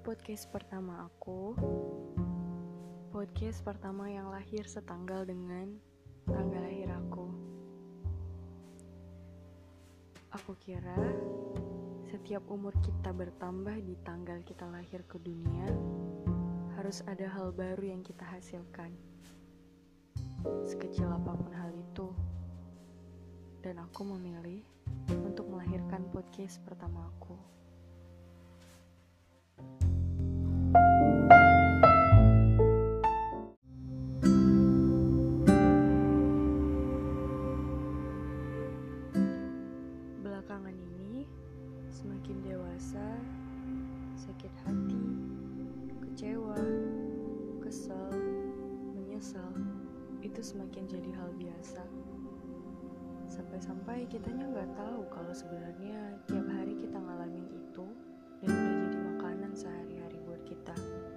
podcast pertama aku. Podcast pertama yang lahir setanggal dengan tanggal lahir aku. Aku kira setiap umur kita bertambah di tanggal kita lahir ke dunia, harus ada hal baru yang kita hasilkan. Sekecil apapun hal itu. Dan aku memilih untuk melahirkan podcast pertama aku. Belakangan ini, semakin dewasa, sakit hati, kecewa, kesel, menyesal, itu semakin jadi hal biasa. Sampai-sampai kitanya gak tahu kalau sebenarnya tiap hari kita ngalamin itu dan udah jadi makanan sehari-hari buat kita.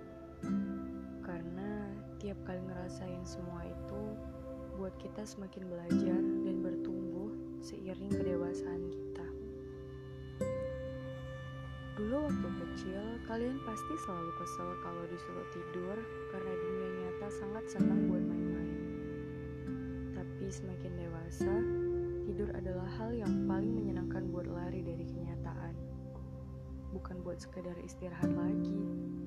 Karena tiap kali ngerasain semua itu, buat kita semakin belajar dan bertumbuh seiring kedewasaan kita. Dulu waktu kecil, kalian pasti selalu kesel kalau disuruh tidur karena dunia nyata sangat senang buat main-main. Tapi semakin dewasa, tidur adalah hal yang paling menyenangkan buat lari dari kenyataan. Bukan buat sekedar istirahat lagi.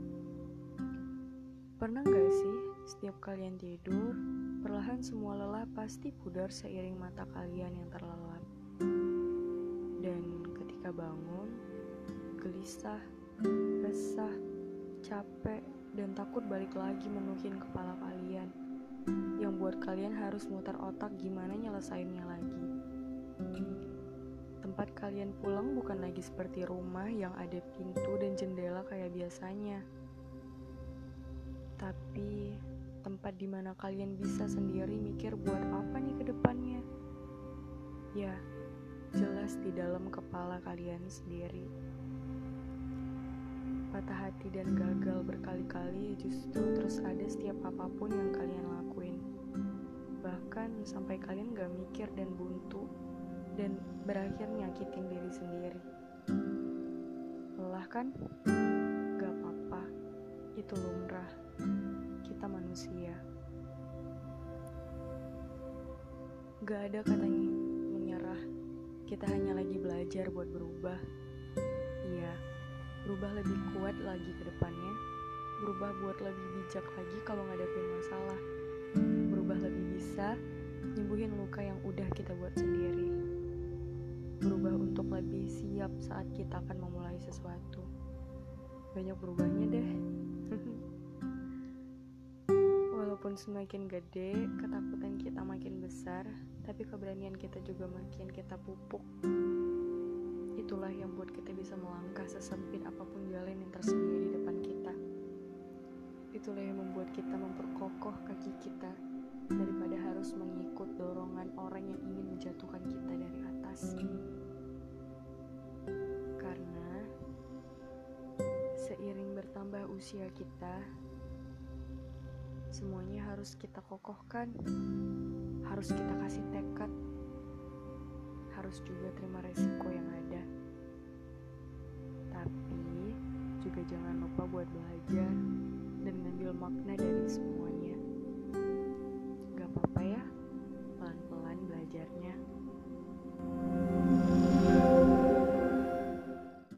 Pernah gak sih, setiap kalian tidur, perlahan semua lelah pasti pudar seiring mata kalian yang terlelap. Dan ketika bangun, gelisah, resah, capek, dan takut balik lagi menuhin kepala kalian, yang buat kalian harus muter otak gimana nyelesainnya lagi. Tempat kalian pulang bukan lagi seperti rumah yang ada pintu dan jendela kayak biasanya, tapi tempat dimana kalian bisa sendiri mikir buat apa nih ke depannya. Ya, jelas di dalam kepala kalian sendiri. Patah hati dan gagal berkali-kali justru terus ada setiap apapun yang kalian lakuin. Bahkan sampai kalian gak mikir dan buntu dan berakhir nyakitin diri sendiri. Lelah kan? Gak apa-apa, itu lumrah. Kita manusia. Gak ada katanya menyerah. Kita hanya lagi belajar buat berubah. Iya, berubah lebih kuat lagi ke depannya. Berubah buat lebih bijak lagi kalau ngadepin masalah. Berubah lebih bisa nyembuhin luka yang udah kita buat sendiri. Berubah untuk lebih siap saat kita akan memulai sesuatu. Banyak berubahnya deh. Walaupun semakin gede, ketakutan kita makin besar, tapi keberanian kita juga makin kita pupuk. Itulah yang buat kita bisa melangkah sesempit apapun jalan yang tersedia di depan kita. Itulah yang membuat kita memperkokoh kaki kita daripada harus mengikut dorongan orang yang ingin menjatuhkan kita dari atas. Karena seiring bertambah usia kita, semuanya harus kita kokohkan, harus kita kasih tekad, harus juga terima resiko yang ada. Tapi juga jangan lupa buat belajar dan ngambil makna dari semuanya. Gak apa-apa ya